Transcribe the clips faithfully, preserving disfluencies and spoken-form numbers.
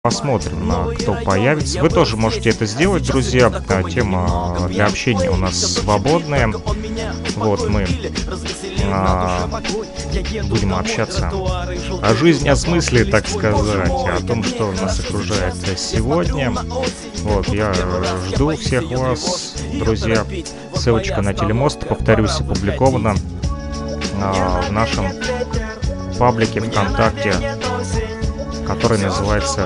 Посмотрим, на кто появится. Вы тоже можете это сделать, друзья. Тема для общения у нас свободная. Вот мы а, будем общаться о жизни, о смысле, так сказать, о том, что нас окружает сегодня. Вот, я жду всех вас, друзья. Ссылочка на Телемост, повторюсь, опубликована а, в нашем паблике ВКонтакте, который называется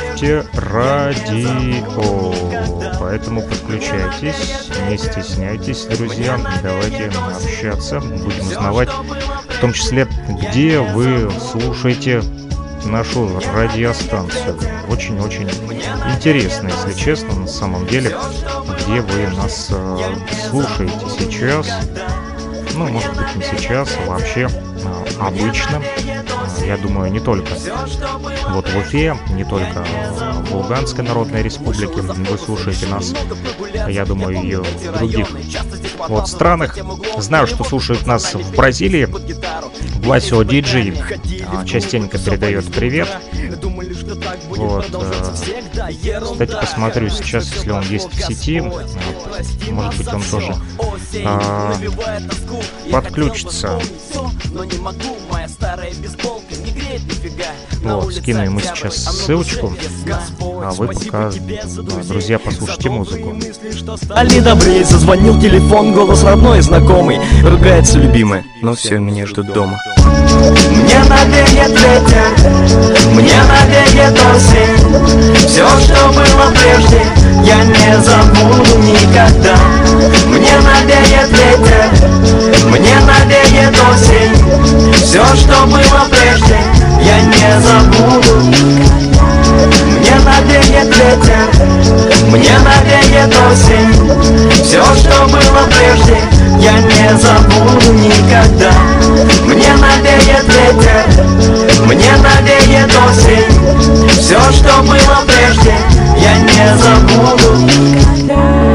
Нефтерадио. Поэтому подключайтесь, не стесняйтесь, друзья. Давайте общаться, будем узнавать, в том числе, где вы слушаете нашу радиостанцию. Очень-очень интересно, если честно, на самом деле, где вы нас э, слушаете сейчас. Ну, может быть, не сейчас, а вообще э, обычно. Я думаю, не только вот в Уфе, не только в Луганской Народной Республике вы слушаете нас, я думаю, и в других вот странах. Знаю, что слушают нас в Бразилии. Власио Диджей частенько передает привет. Вот. Кстати, посмотрю сейчас, если он есть в сети. Может быть, он тоже а, подключится. Вот, скину ему сейчас ссылочку, а вы пока, друзья, послушайте музыку. Али добрей, зазвонил телефон, голос родной и знакомый. Ругается любимая, но все меня ждут дома. Мне навеет ветер, мне навеет осень. Все, что было прежде, я не забуду никогда. Мне навеет ветер, мне навеет осень. Все, что было прежде, я не забуду. Мне навеет ветер, мне навеет осень. Все, что было прежде, я не забуду никогда. Мне навеет ветер, мне навеет осень. Все, что было прежде, я не забуду никогда.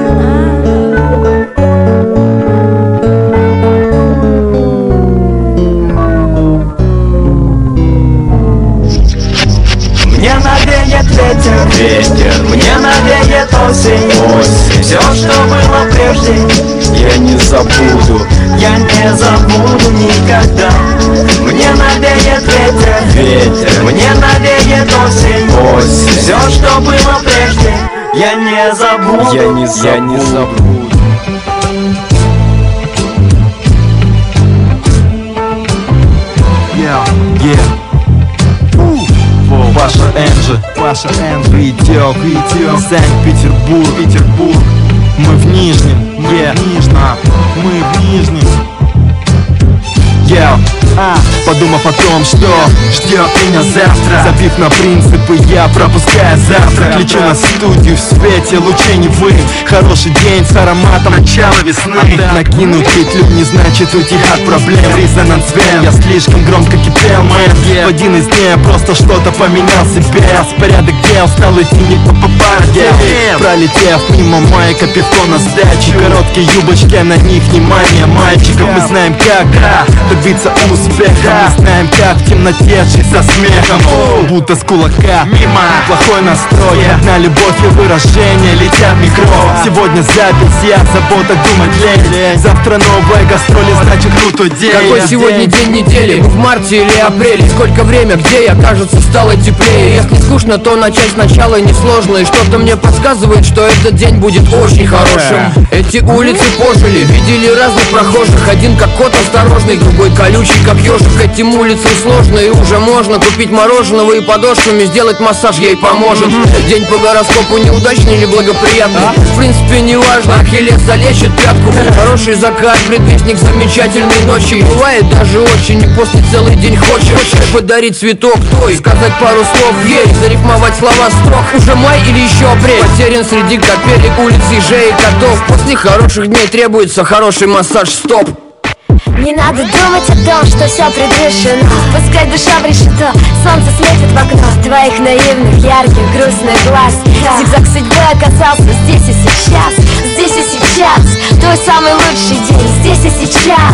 Мне навеет ветер, ветер, мне навеет осень, осень. Все, что было прежде, я не забуду, я не забуду никогда. Мне навеет ветер, ветер, мне навеет осень, осень. Все, что было прежде, я не забуду, я не забуду, я не забуду. Yeah, yeah. Паша Энджи, Паша Энджи, Витек, Витек, Санкт-Петербург, Петербург. Мы в Нижнем, yeah. а, мы в Нижнем. Yeah. А, подумав о том, что ждет меня завтра, забив на принципы, я пропускаю завтра. Лечу на студию в свете лучей Невы. Хороший день с ароматом начала весны. Накинуть петлю не значит уйти от проблем. Резонанс вен, я слишком громко кипел, мэн. В один из дней просто что-то поменял себе. Распорядок дел стал идти не по попаде. Пролетев мимо майка, пивко на сдаче. Короткие юбочки, на них внимание мальчиков. Мы знаем как добиться успеха. Мы знаем как в темноте жить со смехом. Будто с кулака мимо. Плохой настрой, на любовь и выражение летят микро. Сегодня запись, я забота думать лень. Завтра новая гастроли, значит крутой день. Какой сегодня день недели? В марте или апреле? Сколько время, где я? Кажется, стало теплее. Если скучно, то начать сначала несложно. И что-то мне подсказывает, что этот день будет очень хорошим. Эти улицы пожили, видели разных прохожих. Один как кот осторожный, другой колючий как ежик. Этим улицам сложно, и уже можно купить мороженого и подошвами сделать массаж ей поможет. День по гороскопу неудачный или благоприятный, в принципе не важно, Ахиллес залечит пятку. Хороший закат, предвестник замечательной ночи. Бывает даже очень, и после целый день хочешь подарить цветок той, сказать пару слов ей, зарифмовать слова строк. Уже май или еще апрель, потерян среди капелек, улиц, ежей и котов. После хороших дней требуется хороший массаж, стоп. Не надо думать о том, что все предрешено. Пускай душа в решето, солнце светит в окно твоих наивных, ярких, грустных глаз. Зигзаг судьбы оказался здесь и сейчас. Здесь и сейчас, твой самый лучший день. Здесь и сейчас,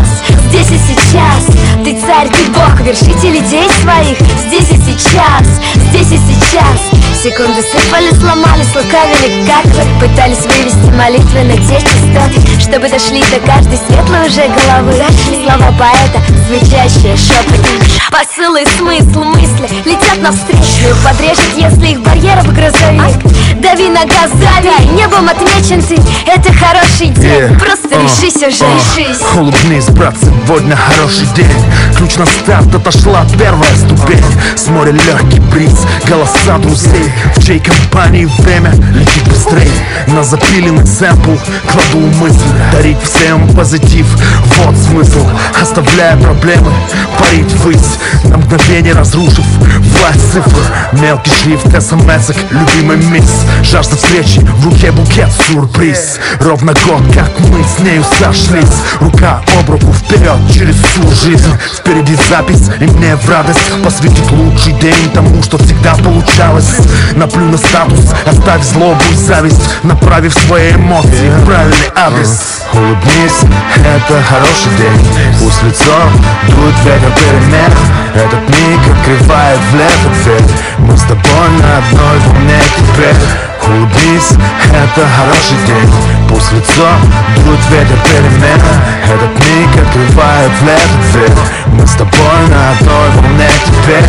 здесь и сейчас. Ты царь, ты бог, вершитель идей своих. Здесь и сейчас, здесь и сейчас. Секунды сыпали, сломались, лукавили, как вы пытались вывести молитвы на те частоты, чтобы дошли до каждой светлой уже головы. Дошли слова поэта, звучащие шепотом. Посылы, смысл, мысли летят навстречу. Подрежет, если их барьеров грузовик. Дави на газ, дави, небом отмечен ты. Это хороший день, yeah. Просто uh, решись уже, uh, решись. Улыбнись, брат, сегодня хороший день. Ключ на старт, отошла первая ступень. С моря легкий бриз, голоса друзей. В чьей компании время летит быстрее. На запиленный сэмпл кладу мысль. Дарить всем позитив, вот смысл. Оставляя проблемы, парить ввысь. На мгновение разрушив власть цифр. Мелкий шрифт смс-ок, любимый мисс. Жажда встречи, в руке букет, сюрприз. Ровно год, как мы с нею сошлись. Рука об руку вперед через всю жизнь. Впереди запись, и мне в радость посвятить лучший день тому, что всегда получалось. Наплю на статус, оставь злобу и зависть, направив свои эмоции в правильный адрес. Улыбнись, это хороший день. Пусть лицо дует ветер перемен. Этот миг открывает в лето дверь. Мы с тобой на одной волне теперь. Улыбнись, это хороший день. Пусть лицо дует ветер перемен. Этот миг открывает в лето дверь. Мы с тобой на одной волне теперь.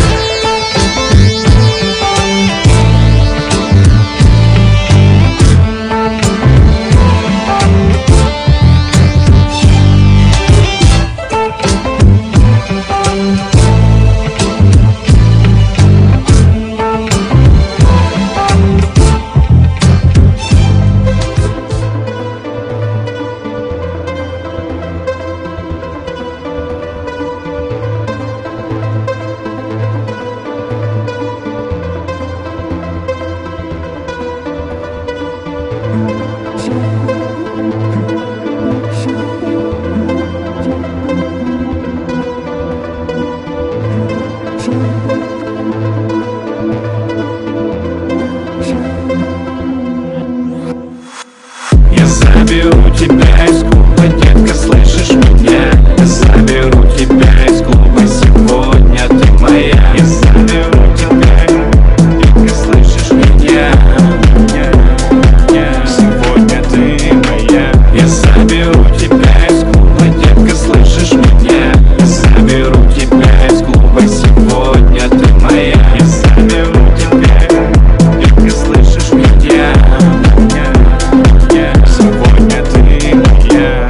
Заберу тебя из клуба, детка, слышишь меня? Я заберу тебя из клуба, сегодня ты моя. Я заберу тебя, детка, слышишь меня? Сегодня ты моя. Я заберу тебя из клуба, детка, слышишь меня? Я заберу тебя из клуба, сегодня ты моя. Я заберу тебя, детка, слышишь меня? Сегодня ты моя.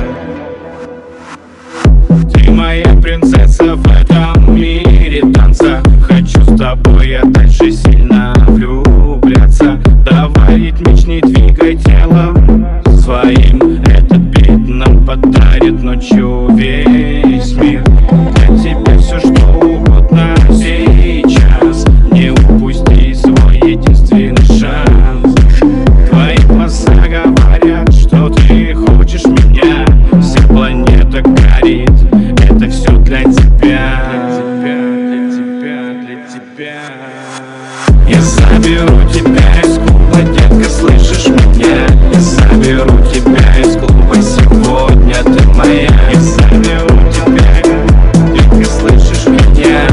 Ты моя принцесса в этом мире танца. Хочу с тобой я дальше сильно влюбляться. Давай ритмичней двигай телом своим. Этот бит нам подарит ночью весь мир. Для тебя все что угодно сейчас. Не упусти свой единственный шанс. Твои глаза говорят, что ты хочешь меня. Вся планета горит, это все для тебя. Для тебя, для тебя, для тебя. Я заберу тебя из клуба, детка, слышишь меня? Я заберу тебя из клуба, сегодня ты моя. Я заберу тебя, детка, слышишь меня?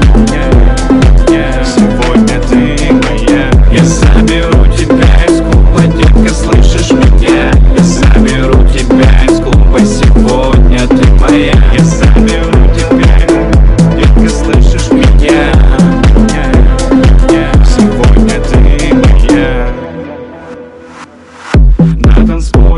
Сегодня ты моя. Я заберу тебя из клуба, детка, слышишь меня? Я заберу тебя из клуба, сегодня ты моя. Я заберу тебя, детка, слышишь меня? Сегодня ты моя. На танцполе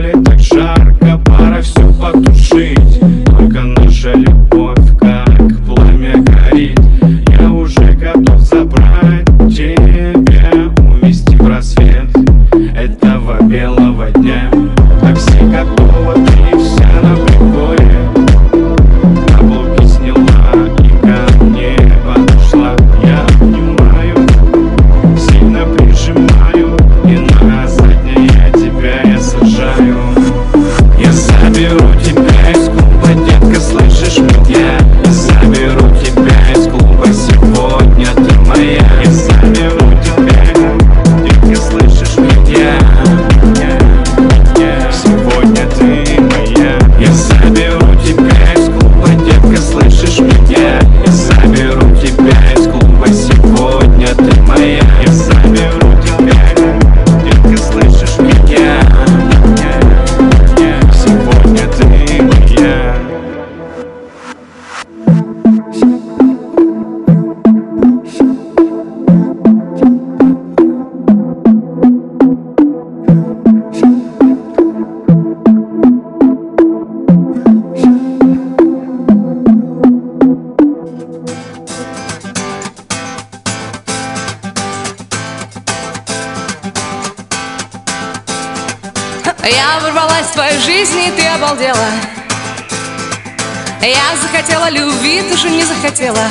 Я ворвалась в твою жизнь, и ты обалдела. Я захотела любви, ты же не захотела.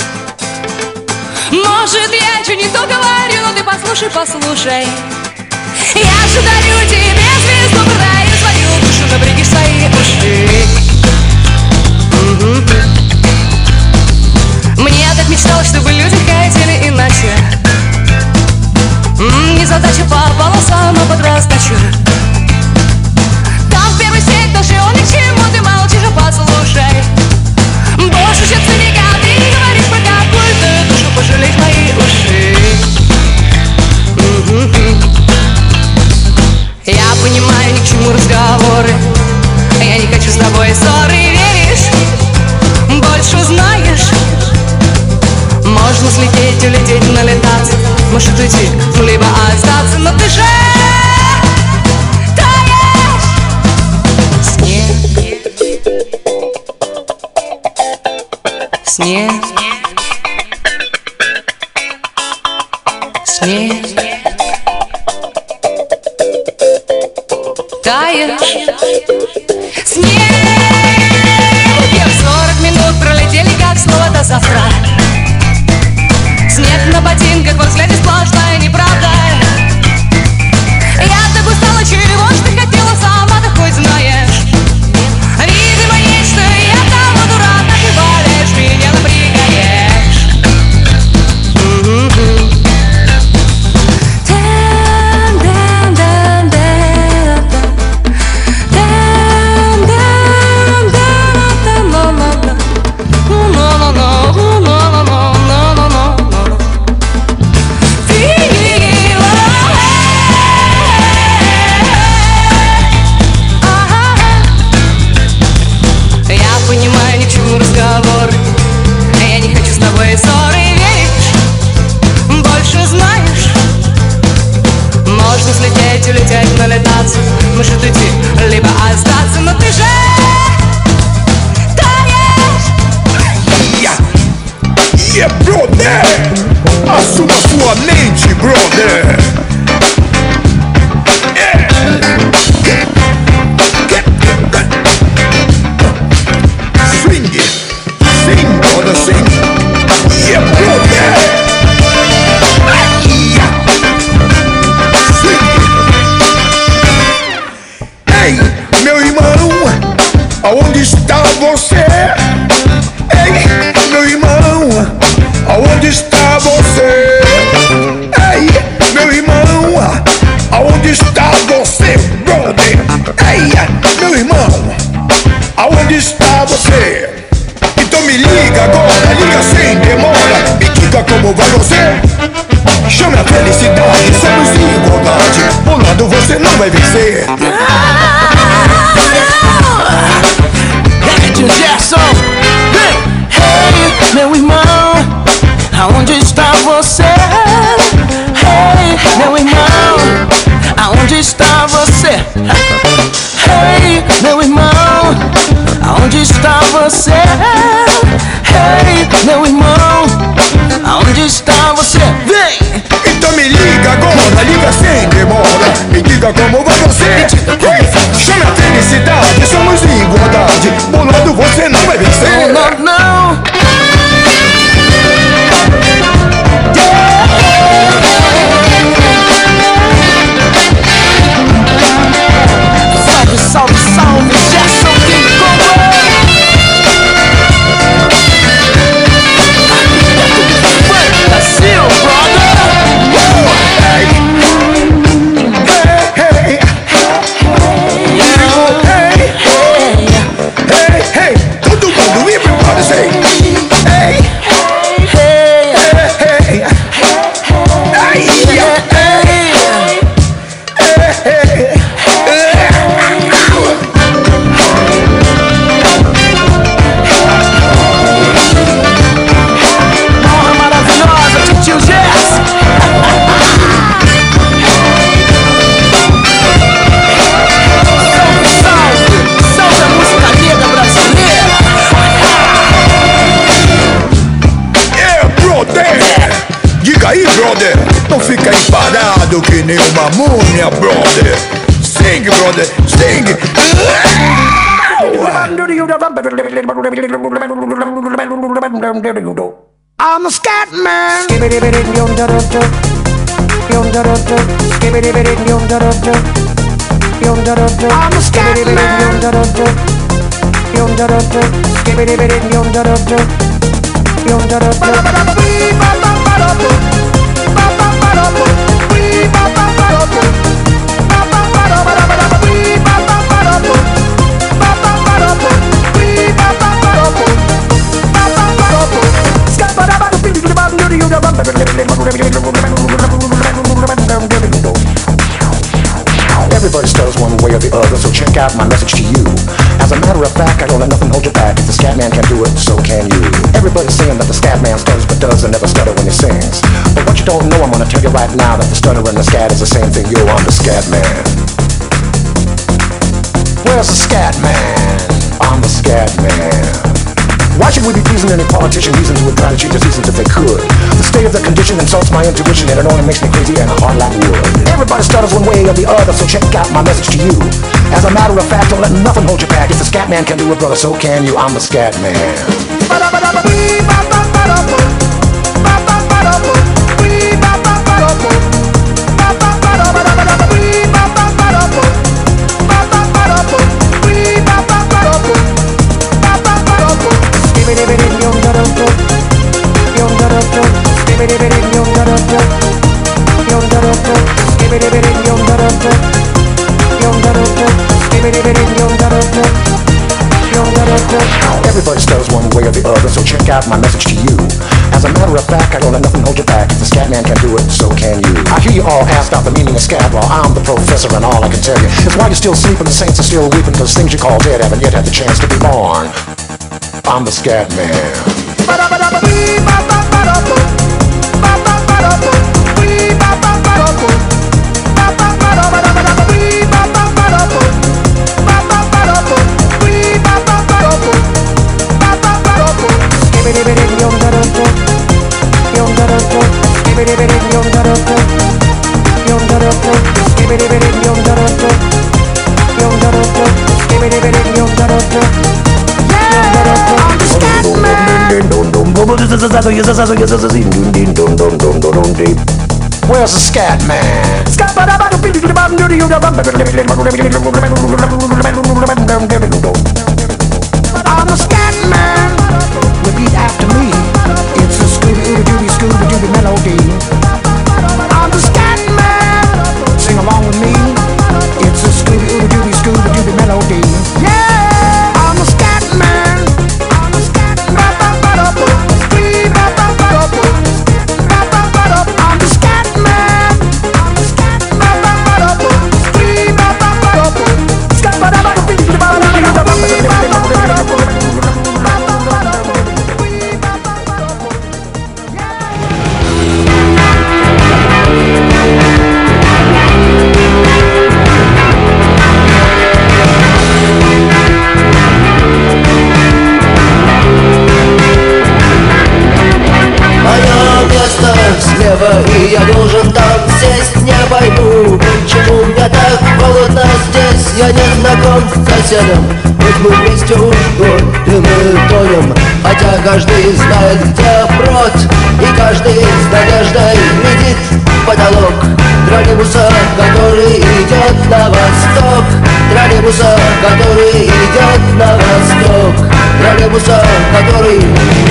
Может, я что не то говорю, но ты послушай, послушай. Я же дарю тебе звезду, продаю свою душу, напряги свои уши. Мне так мечталось, чтобы люди хотели иначе. Не задача по полосам, а под раздачу. Там в первой секторе он ни к чему, ты молчишь, а послушай. Больше чем циника, ты не говоришь про какую-то душу, пожалей мои уши. Я понимаю, ни к чему разговоры. Я не хочу с тобой ссоры, веришь? Больше знаешь. Можно слететь, улететь, налетаться. Может уйти, либо остаться. Но ты же таешь. Снег, снег, снег, таешь. Снег. Сорок минут пролетели, как слово до завтра. Снег на ботинках, во взгляде сплошная неправда. Я тобой стала, чего ж ты хотела, сама-то хоть знаешь. Видимо, есть, что я того дурак, а ты валяешь, меня напрягаешь. Улететь, налетаться, может уйти, либо остаться. Но ты же таешь. Yeah, yeah, brother. Assuma sua mente, brother. Yeah. Swing it, sing, brother, sing. Yeah, brother. Ei, meu irmão, aonde está você? Ei, meu irmão, aonde está você? Ei, meu irmão, aonde está você, brother? Ei, meu irmão, aonde está você? Então me liga agora, liga sem demora. Me diga como vai você. Chame a felicidade, somos igualdade. Pulando você não vai vencer. Gerson, hey, hey, meu irmão, aonde está você? Hey, meu irmão, aonde está você? Hey, meu irmão, aonde está você? Hey, meu irmão, aonde está você? Vem! Então me liga agora, liga sem demora. Me diga como vai você. Chame a felicidade, somos igualdade. Bolado você não vai vencer. Não, não, não. Salve, salve, salve, Gerson King Kong. Brasil, brother. Hey, hey, hey, hey, hey, todo mundo, everybody say, hey, hey, hey, hey, hey, Porra maravilhosa, tio Jess. Salve, salve, salve a música negra brasileira. yeah, brother. Diga aí, brother, não fica aí parado que nem uma múmia, brother. Sting, brother, sting. I'm a scat man. I'm a scat Everybody stutters one way or the other, so check out my message to you. As a matter of fact, I don't let nothing hold you back. If the scat man can do it, so can you. Everybody's saying that the scat man stutters but does and never stutter when he sings. But what you don't know, I'm gonna tell you right now that the stutter and the scat is the same thing. Yo, I'm the scat man. Where's the scat man? I'm the scat man. Why should we be pleasing any politician? Reasons would try to change the seasons if they could. The state of the condition insults my intuition, and it only makes me crazy and hard like wood. Everybody stutters one way or the other, so check out my message to you. As a matter of fact, don't let nothing hold you back. If the scat man can do it, brother, so can you. I'm the scat man. Everybody stutters one way or the other, so check out my message to you. As a matter of fact, I don't let nothing hold you back. If the scat man can do it, so can you. I hear you all ask out the meaning of scat. Well, I'm the professor, and all I can tell you is why you're still sleeping, the saints are still weeping, cause things you call dead haven't yet had the chance to be born. I'm the scat man. Where's the scat man? I'm a scat man. Repeat after me. It's a Scooby-Dooby Scooby-Dooby melody. I'm the scat man. Sing along with me. It's a Scooby-Dooby Scooby-Dooby melody. Yeah, I'm a scat man. I'm a scat man. I'm the scat man. I'm the scat слева, и я должен там сесть. Не пойму, почему мне так холодно здесь. Я не знаком с соседом, ведь мы вместе уж год, и мы тонем. Хотя каждый знает, где брод, и каждый с надеждой глядит в потолок троллейбуса, который идет на восток. Троллейбуса, который идет на восток. Троллейбуса, который...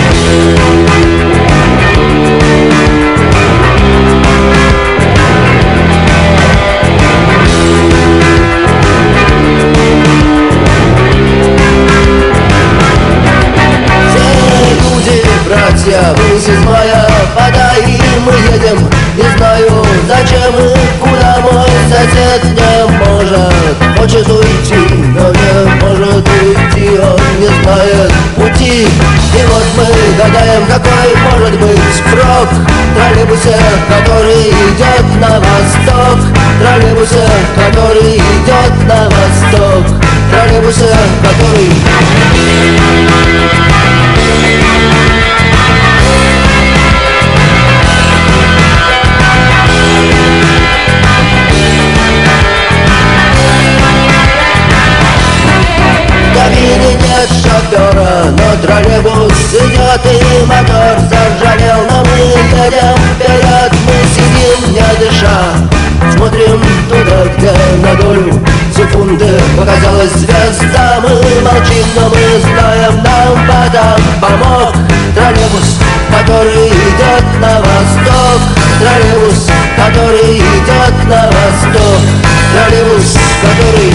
Братья, мы седьмая вода, и мы едем. Не знаю, зачем и куда мой сосед не может. Хочет уйти, но не может уйти. Он не знает пути. И вот мы гадаем, какой может быть срок. Троллейбусе, который идет на восток. Троллейбусе, который идет на восток. Троллейбусе, который... очень, но мы знаем, нам потом помог троллейбус, который идет на восток. Троллейбус, который идет на восток. Троллейбус, который...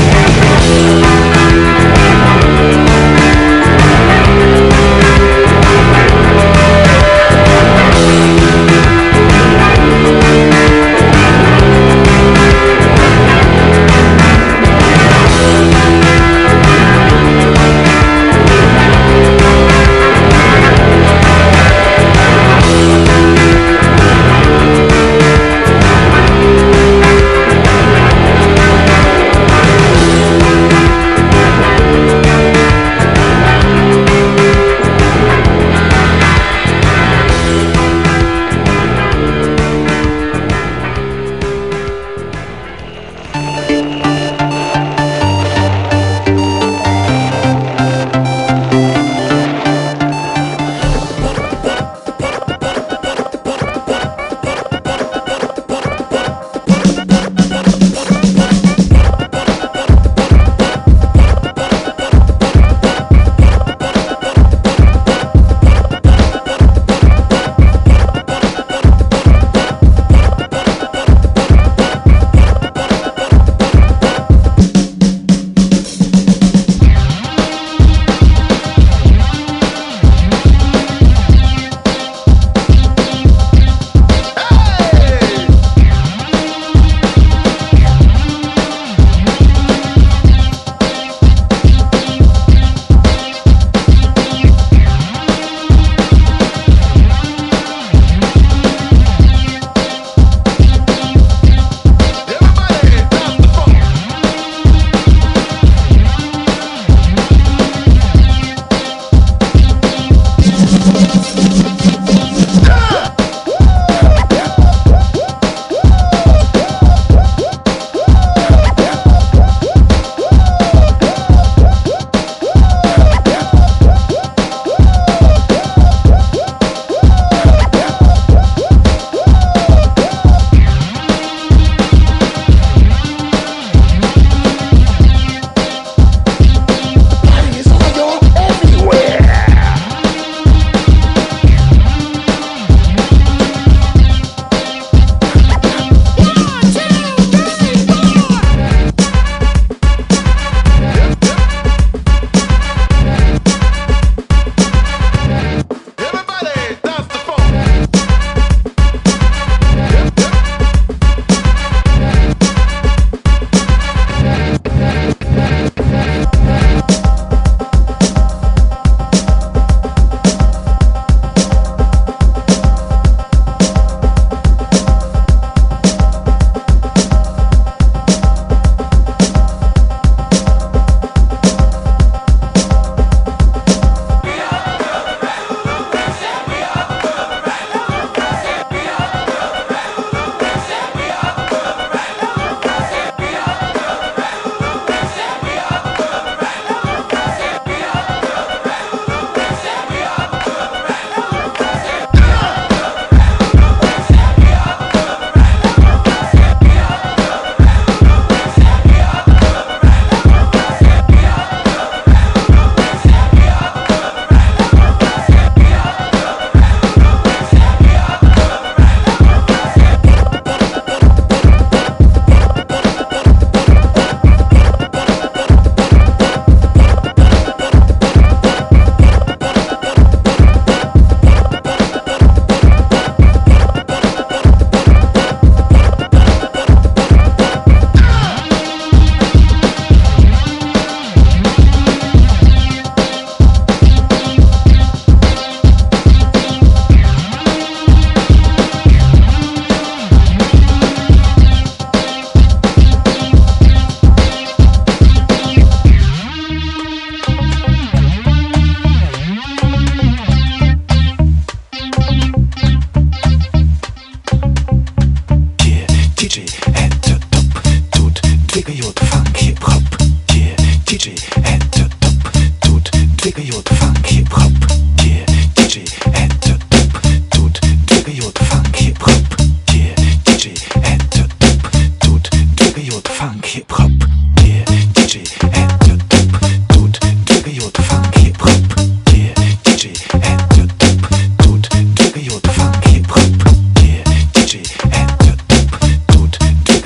хип-хоп, yeah, диджей, это топ. Тут двигают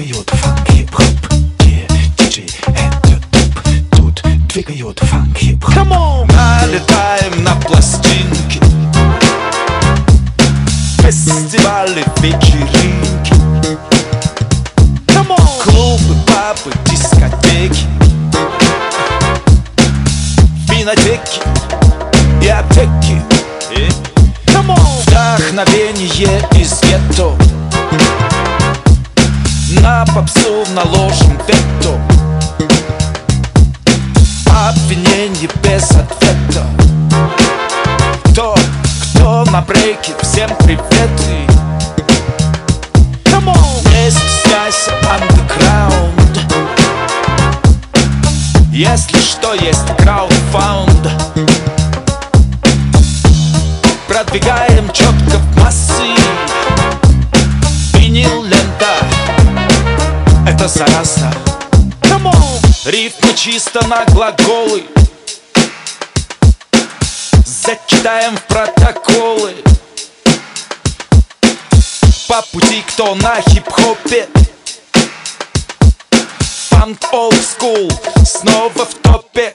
двигают фанк хип-хоп. Диджей это топ, тут двигают фанк хип-хоп. Налетаем на пластинки, фестивали, вечеринки, клубы, пабы, дискотеки, винотеки и аптеки. Вдохновение из гетто, на попсу наложим вето. Обвинение без ответа. Кто, кто на брейке, всем приветы. Не стесняйся, андеграунд. Если что, есть краудфаунд. Продвигаем четко в массы. Винил, лента, это зараза. Рифмы чисто на глаголы. Зачитаем в протоколы. По пути, кто на хип-хопе. Фанк олд скул снова в топе.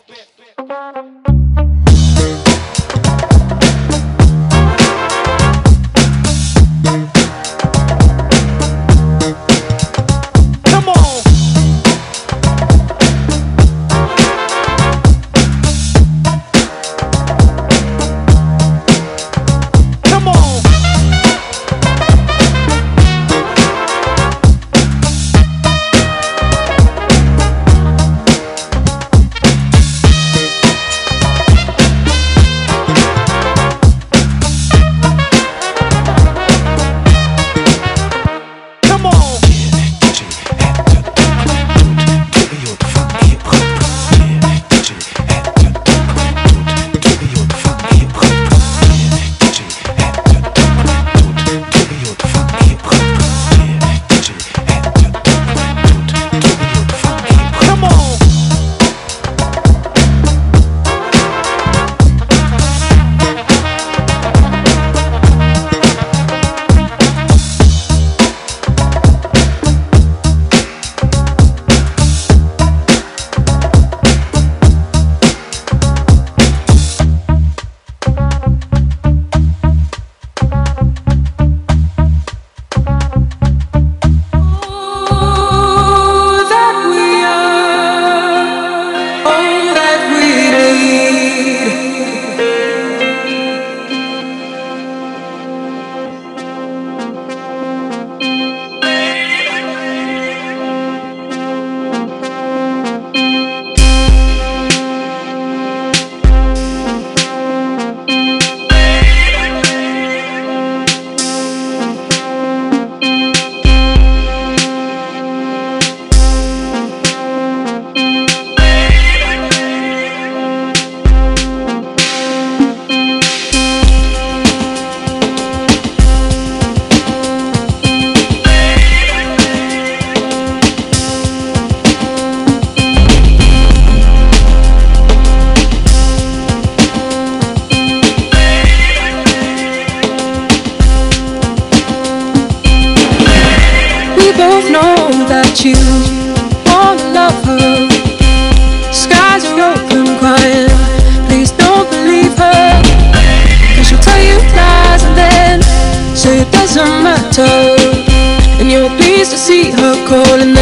You wanna love her. Skies are open, crying. Please don't believe her, 'cause she'll tell you lies and then say it doesn't matter. And you're pleased to see her calling